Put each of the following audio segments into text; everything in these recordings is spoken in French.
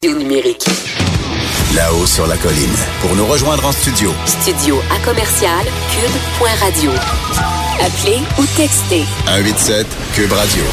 Numérique. Là-haut sur la colline. Pour nous rejoindre en studio. Studio à commercial cube.radio. Appelez ou textez. 187 Cube Radio.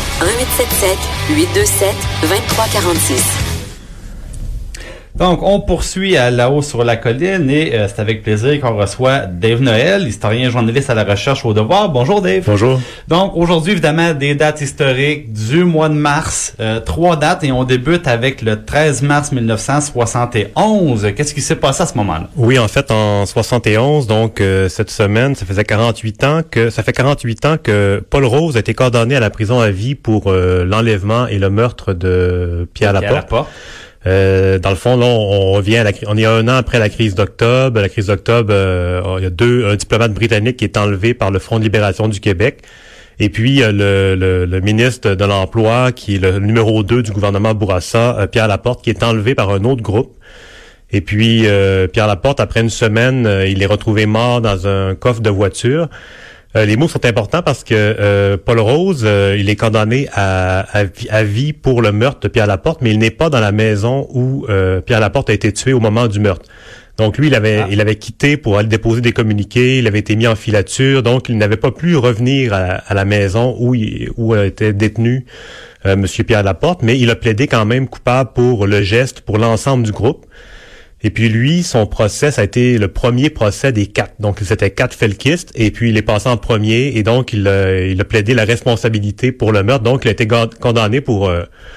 1877-827-2346. Donc, on poursuit à Là-haut sur la colline et c'est avec plaisir qu'on reçoit Dave Noël, historien journaliste à la recherche au Devoir. Bonjour Dave. Bonjour. Donc, aujourd'hui, évidemment, des dates historiques du mois de mars. 3 dates et on débute avec le 13 mars 1971. Qu'est-ce qui s'est passé à ce moment-là? Oui, en fait, en 71, donc cette semaine, ça fait 48 ans que Paul Rose a été condamné à la prison à vie pour l'enlèvement et le meurtre de Pierre Laporte. Dans le fond, là, on revient on est 1 an après la crise d'octobre. La crise d'octobre, il y a un diplomate britannique qui est enlevé par le Front de libération du Québec. Et puis, le ministre de l'Emploi, qui est le numéro 2 du gouvernement Bourassa, Pierre Laporte, qui est enlevé par un autre groupe. Et puis, Pierre Laporte, après une semaine, il est retrouvé mort dans un coffre de voiture. Les mots sont importants parce que Paul Rose, il est condamné à vie pour le meurtre de Pierre Laporte, mais il n'est pas dans la maison où Pierre Laporte a été tué au moment du meurtre. Donc lui, il avait quitté pour aller déposer des communiqués, il avait été mis en filature, donc il n'avait pas pu revenir à la maison où était détenu Monsieur Pierre Laporte, mais il a plaidé quand même coupable pour le geste pour l'ensemble du groupe. Et puis lui, son procès, ça a été le premier procès des 4. Donc c'était 4 felkistes, et puis il est passé en premier, et donc il a plaidé la responsabilité pour le meurtre. Donc il a été condamné pour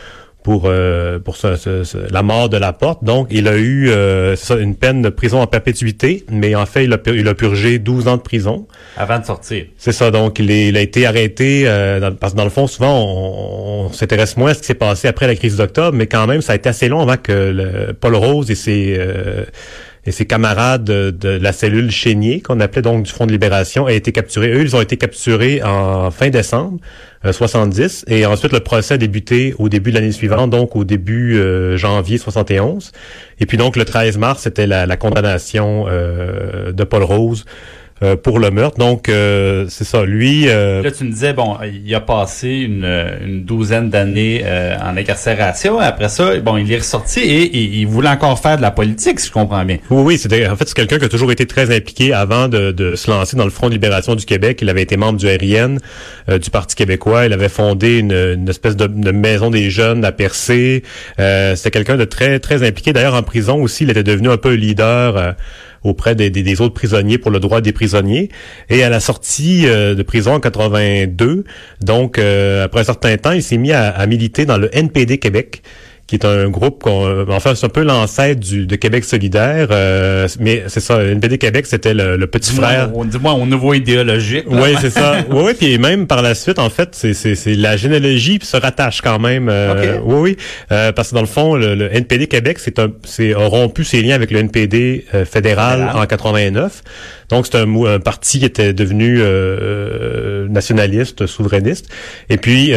la mort de Laporte. Donc il a eu une peine de prison en perpétuité, mais en fait il a purgé 12 ans de prison avant de sortir. C'est ça. Donc il a été arrêté parce que dans le fond souvent on s'intéresse moins à ce qui s'est passé après la crise d'octobre, mais quand même ça a été assez long avant que Paul Rose et ses camarades de la cellule Chénier, qu'on appelait donc du Front de libération, aient été capturés. Eux, ils ont été capturés en fin décembre 70, et ensuite le procès a débuté au début de l'année suivante, donc au début janvier 71. Et puis donc le 13 mars, c'était la condamnation de Paul Rose pour le meurtre. Donc, c'est ça. Lui... Là, tu me disais, bon, il a passé une douzaine d'années en incarcération. Après ça, bon, il est ressorti et il voulait encore faire de la politique, si je comprends bien. Oui, en fait, c'est quelqu'un qui a toujours été très impliqué avant de se lancer dans le Front de libération du Québec. Il avait été membre du RIN, du Parti québécois. Il avait fondé une espèce de maison des jeunes à Percé. C'était quelqu'un de très, très impliqué. D'ailleurs, en prison aussi, il était devenu un peu un leader auprès des autres prisonniers pour le droit des prisonniers. Et à la sortie de prison en 82, donc après un certain temps, il s'est mis à militer dans le NPD Québec, qui est un groupe enfin c'est un peu l'ancêtre de Québec solidaire, mais c'est ça, le NPD Québec, c'était le petit frère. Dis-moi au niveau idéologique. Oui, c'est ça. Oui, puis même par la suite, en fait, c'est la généalogie se rattache quand même. Okay. Oui, parce que dans le fond, le NPD Québec, a rompu ses liens avec le NPD fédéral en 89. Donc c'est un parti qui était devenu nationaliste, souverainiste. Et puis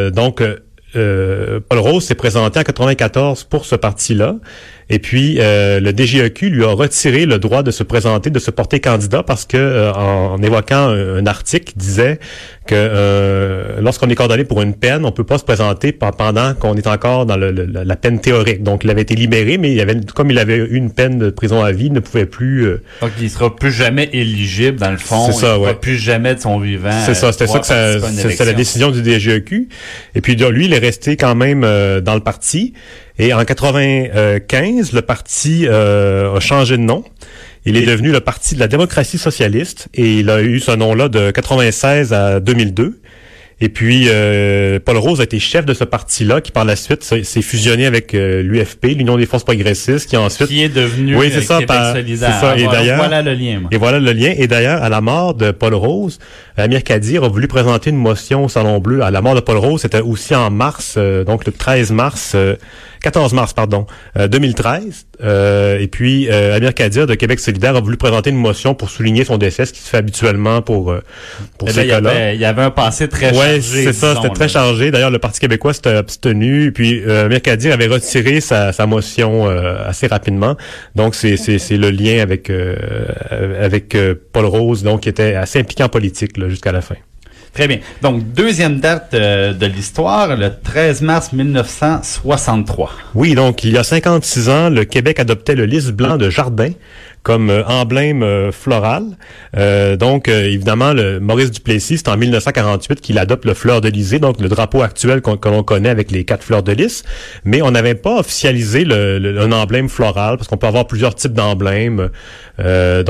Paul Rose s'est présenté en 94 pour ce parti-là. Et puis, le DGEQ lui a retiré le droit de se présenter, de se porter candidat parce que, en évoquant un article qui disait que lorsqu'on est condamné pour une peine, on peut pas se présenter pendant qu'on est encore dans la peine théorique. Donc, il avait été libéré, mais comme il avait eu une peine de prison à vie, il ne pouvait plus... Donc, il sera plus jamais éligible, dans le fond. C'est ça, il ne plus jamais de son vivant. C'est ça, c'était ça que c'est la décision du DGEQ. Et puis, lui, il est resté quand même dans le parti. Et en 95, le parti a changé de nom. Il est devenu le Parti de la démocratie socialiste et il a eu ce nom-là de 96 à 2002. Et puis, Paul Rose a été chef de ce parti-là, qui par la suite s'est fusionné avec l'UFP, l'Union des forces progressistes, qui ensuite... Qui est devenu Québec solidaire. C'est ça. Et d'ailleurs, voilà le lien. Moi. Et voilà le lien. Et d'ailleurs, à la mort de Paul Rose, Amir Kadir a voulu présenter une motion au Salon Bleu. À la mort de Paul Rose, c'était aussi en mars, donc le 14 mars, 2013. Et puis, Amir Kadir de Québec solidaire a voulu présenter une motion pour souligner son décès, ce qui se fait habituellement pour ces cas-là. Il y avait un passé très chargé. C'est ça, c'était très chargé. D'ailleurs, le Parti québécois s'était abstenu. Et puis, Amir Kadir avait retiré sa motion assez rapidement. Donc, c'est le lien avec Paul Rose, donc qui était assez impliqué en politique là, jusqu'à la fin. Très bien. Donc, deuxième date de l'histoire, le 13 mars 1963. Oui, donc il y a 56 ans, le Québec adoptait le lys blanc de Jardin comme emblème floral. Évidemment, Maurice Duplessis, c'est en 1948 qu'il adopte le fleur-de-lysée, donc le drapeau actuel que l'on connaît avec les 4 fleurs de lys. Mais on n'avait pas officialisé un emblème floral, parce qu'on peut avoir plusieurs types d'emblèmes. À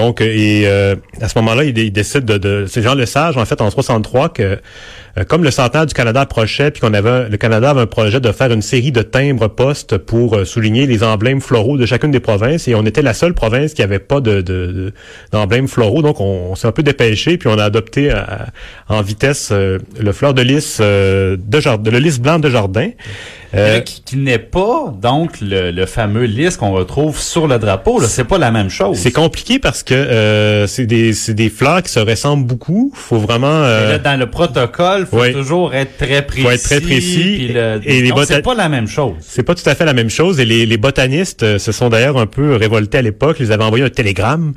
ce moment-là, il décide c'est Jean Lesage, en fait, en 63, que comme le centenaire du Canada approchait, puis le Canada avait un projet de faire une série de timbres postes pour souligner les emblèmes floraux de chacune des provinces, et on était la seule province qui avait pas d'emblèmes floraux, donc on s'est un peu dépêché, puis on a adopté en vitesse le fleur de lys le lys blanc de Jardin. Qui n'est pas, donc, le fameux lys qu'on retrouve sur le drapeau. Là, c'est pas la même chose. C'est compliqué parce que c'est des fleurs qui se ressemblent beaucoup. Faut vraiment... Là, dans le protocole, faut toujours être très précis. Faut être très précis. C'est pas la même chose. C'est pas tout à fait la même chose. Et les botanistes se sont d'ailleurs un peu révoltés à l'époque. Ils avaient envoyé un télégramme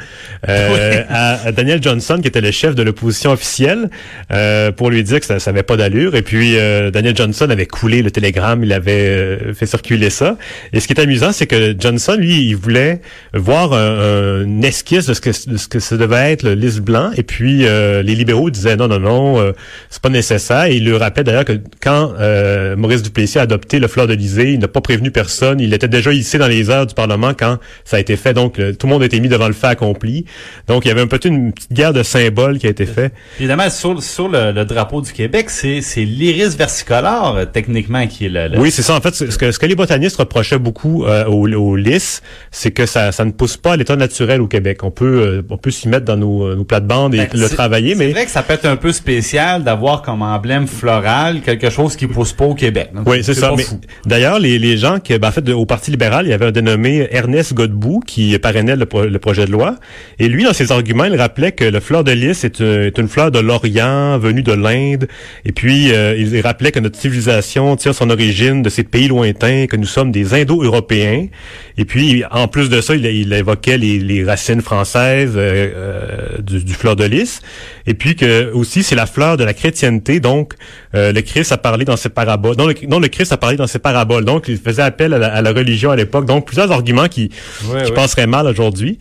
à Daniel Johnson, qui était le chef de l'opposition officielle, pour lui dire que ça avait pas d'allure. Et puis, Daniel Johnson avait coulé le télégramme. Il avait fait circuler ça. Et ce qui est amusant, c'est que Johnson, lui, il voulait voir une esquisse de ce que ça devait être le lys blanc. Et puis, les libéraux disaient non, c'est pas nécessaire. Et il lui rappelait d'ailleurs que quand Maurice Duplessis a adopté le fleur-de-lysée, il n'a pas prévenu personne. Il était déjà hissé dans les airs du Parlement quand ça a été fait. Donc, tout le monde a été mis devant le fait accompli. Donc, il y avait une petite guerre de symboles qui a été faite. Évidemment, sur le drapeau du Québec, c'est l'iris versicolore, techniquement, qui est Oui, c'est ça. En fait, ce que les botanistes reprochaient beaucoup au lys, c'est que ça ne pousse pas à l'état naturel au Québec. On peut s'y mettre dans nos plates-bandes et le travailler, mais... C'est vrai que ça peut être un peu spécial d'avoir comme emblème floral quelque chose qui pousse pas au Québec. Donc, oui, c'est ça. Mais d'ailleurs, les gens au Parti libéral, il y avait un dénommé Ernest Godbout qui parrainait le projet de loi. Et lui, dans ses arguments, il rappelait que le fleur de lys est une fleur de l'Orient venue de l'Inde. Et puis, il rappelait que notre civilisation tire son origine de ces pays lointains, que nous sommes des Indo-Européens. Et puis, en plus de ça, il évoquait les racines françaises du fleur de lys. Et puis que aussi, c'est la fleur de la chrétienté. Donc, le Christ a parlé dans ses paraboles. Le Christ a parlé dans ses paraboles. Donc, il faisait appel à la religion à l'époque. Donc, plusieurs arguments qui passeraient mal aujourd'hui.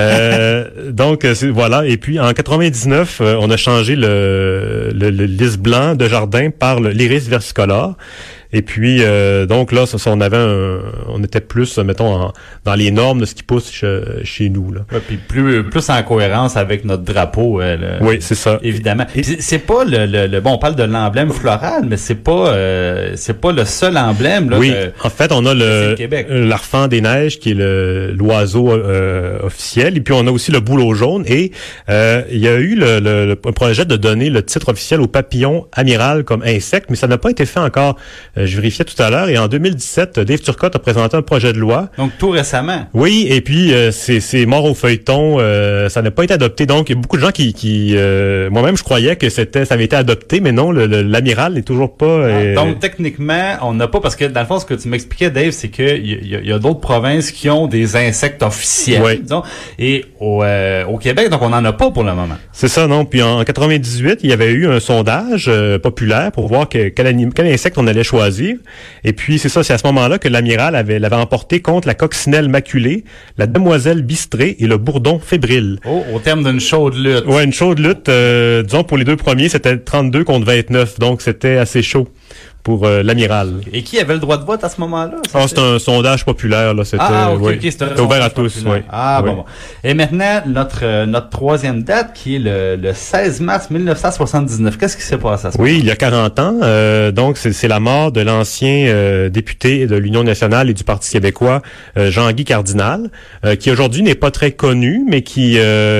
Voilà. Et puis, en 99, on a changé le lys blanc de Jardin par l'iris versicolore. Et puis, donc là, on était plus, mettons, dans les normes de ce qui pousse chez nous, là. Ouais, puis plus en cohérence avec notre drapeau. Oui, c'est ça. Évidemment. Et c'est pas bon, on parle de l'emblème floral, mais c'est pas le seul emblème, là. Oui. En fait, on a l'arfan des neiges, qui est l'oiseau officiel. Et puis, on a aussi le bouleau jaune. Et, il y a eu un projet de donner le titre officiel au papillon amiral comme insecte, mais ça n'a pas été fait encore. Je vérifiais tout à l'heure, et en 2017, Dave Turcotte a présenté un projet de loi. Donc, tout récemment. Oui, et puis c'est mort au feuilleton, ça n'a pas été adopté. Donc, il y a beaucoup de gens qui moi-même, je croyais que ça avait été adopté, mais non, l'amiral n'est toujours pas... Donc, techniquement, on n'a pas, parce que dans le fond, ce que tu m'expliquais, Dave, c'est que il y a d'autres provinces qui ont des insectes officiels, disons, et au Québec, donc on n'en a pas pour le moment. C'est ça, non. Puis en 98, il y avait eu un sondage populaire pour voir quel insecte on allait choisir. Et puis, c'est à ce moment-là que l'amiral l'avait emporté contre la coccinelle maculée, la demoiselle bistrée et le bourdon fébrile. Oh, au terme d'une chaude lutte. Ouais, une chaude lutte. Disons, pour les deux premiers, c'était 32 contre 29. Donc, c'était assez chaud pour l'amiral. Et qui avait le droit de vote à ce moment-là? C'était un sondage populaire, là. C'était c'était ouvert à tous. Oui. Bon. Et maintenant, notre troisième date, qui est le 16 mars 1979. Qu'est-ce qui s'est passé à ce moment-là? Oui, il y a 40 ans. Donc, c'est la mort de l'ancien député de l'Union nationale et du Parti québécois, Jean-Guy Cardinal, qui aujourd'hui n'est pas très connu, mais qui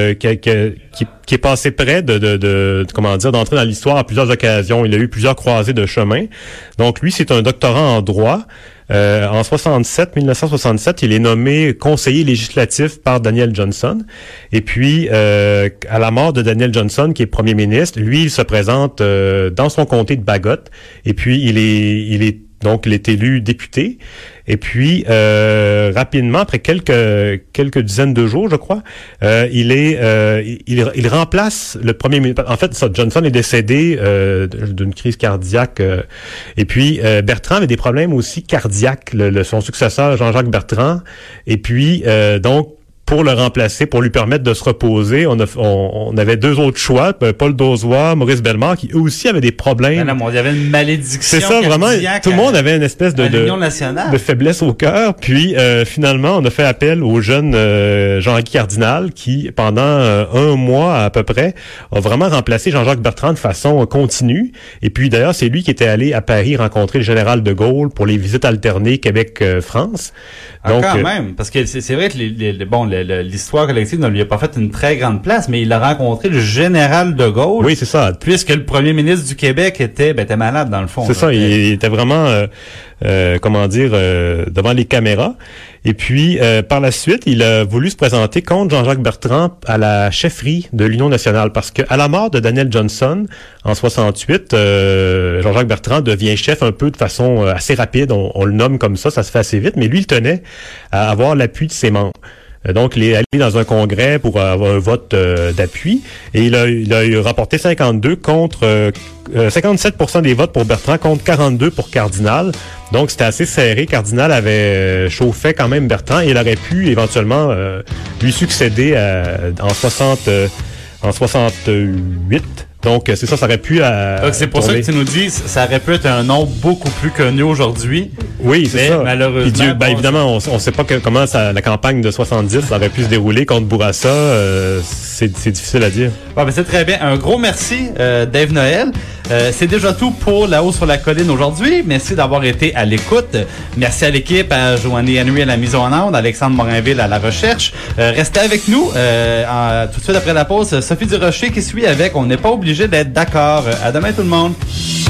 est passé près d'entrer dans l'histoire à plusieurs occasions. Il a eu plusieurs croisées de chemin. Donc, lui, c'est un doctorant en droit. En 1967, il est nommé conseiller législatif par Daniel Johnson. Et puis, à la mort de Daniel Johnson, qui est premier ministre, lui, il se présente dans son comté de Bagot. Et puis, il est élu député. Et puis, rapidement, après quelques dizaines de jours, je crois, il remplace le premier ministre. En fait, Johnson est décédé d'une crise cardiaque. Et puis, Bertrand avait des problèmes aussi cardiaques, son successeur, Jean-Jacques Bertrand. Et puis, donc, pour le remplacer, pour lui permettre de se reposer, on avait deux autres choix, Paul Dozois, Maurice Bellemare, qui eux aussi avaient des problèmes. Il y avait une malédiction. C'est ça, vraiment. Tout le monde avait une espèce de faiblesse au cœur. Puis finalement, on a fait appel au jeune Jean-Guy Cardinal, qui pendant un mois à peu près a vraiment remplacé Jean-Jacques Bertrand de façon continue. Et puis d'ailleurs, c'est lui qui était allé à Paris rencontrer le général de Gaulle pour les visites alternées Québec-France. Donc quand même, parce que c'est vrai que l'histoire collective ne lui a pas fait une très grande place, mais il a rencontré le général de Gaulle. Oui, c'est ça. Puisque le premier ministre du Québec était malade dans le fond. C'est ça, il était vraiment, devant les caméras. Et puis, par la suite, il a voulu se présenter contre Jean-Jacques Bertrand à la chefferie de l'Union nationale, parce que à la mort de Daniel Johnson en 68, Jean-Jacques Bertrand devient chef un peu de façon assez rapide. On le nomme comme ça se fait assez vite, mais lui, il tenait à avoir l'appui de ses membres. Donc, il est allé dans un congrès pour avoir un vote d'appui et il a rapporté 52 contre 57% des votes pour Bertrand contre 42 pour Cardinal. Donc, c'était assez serré. Cardinal avait chauffé quand même Bertrand et il aurait pu éventuellement lui succéder en 68. Donc, c'est ça aurait pu... Donc, c'est pour ça que tu nous dis, ça aurait pu être un nom beaucoup plus connu aujourd'hui. Oui, c'est ça. Malheureusement... Puis, évidemment, on ne sait pas comment la campagne de 70 aurait pu se dérouler contre Bourassa. C'est difficile à dire. C'est très bien. Un gros merci, Dave Noël. C'est déjà tout pour La Haut sur la Colline aujourd'hui. Merci d'avoir été à l'écoute. Merci à l'équipe, à Joanie Henry à la mise en onde, Alexandre Morinville à la recherche. Restez avec nous. Tout de suite après la pause, Sophie Durocher qui suit avec « On n'est pas obligé d'être d'accord ». À demain tout le monde.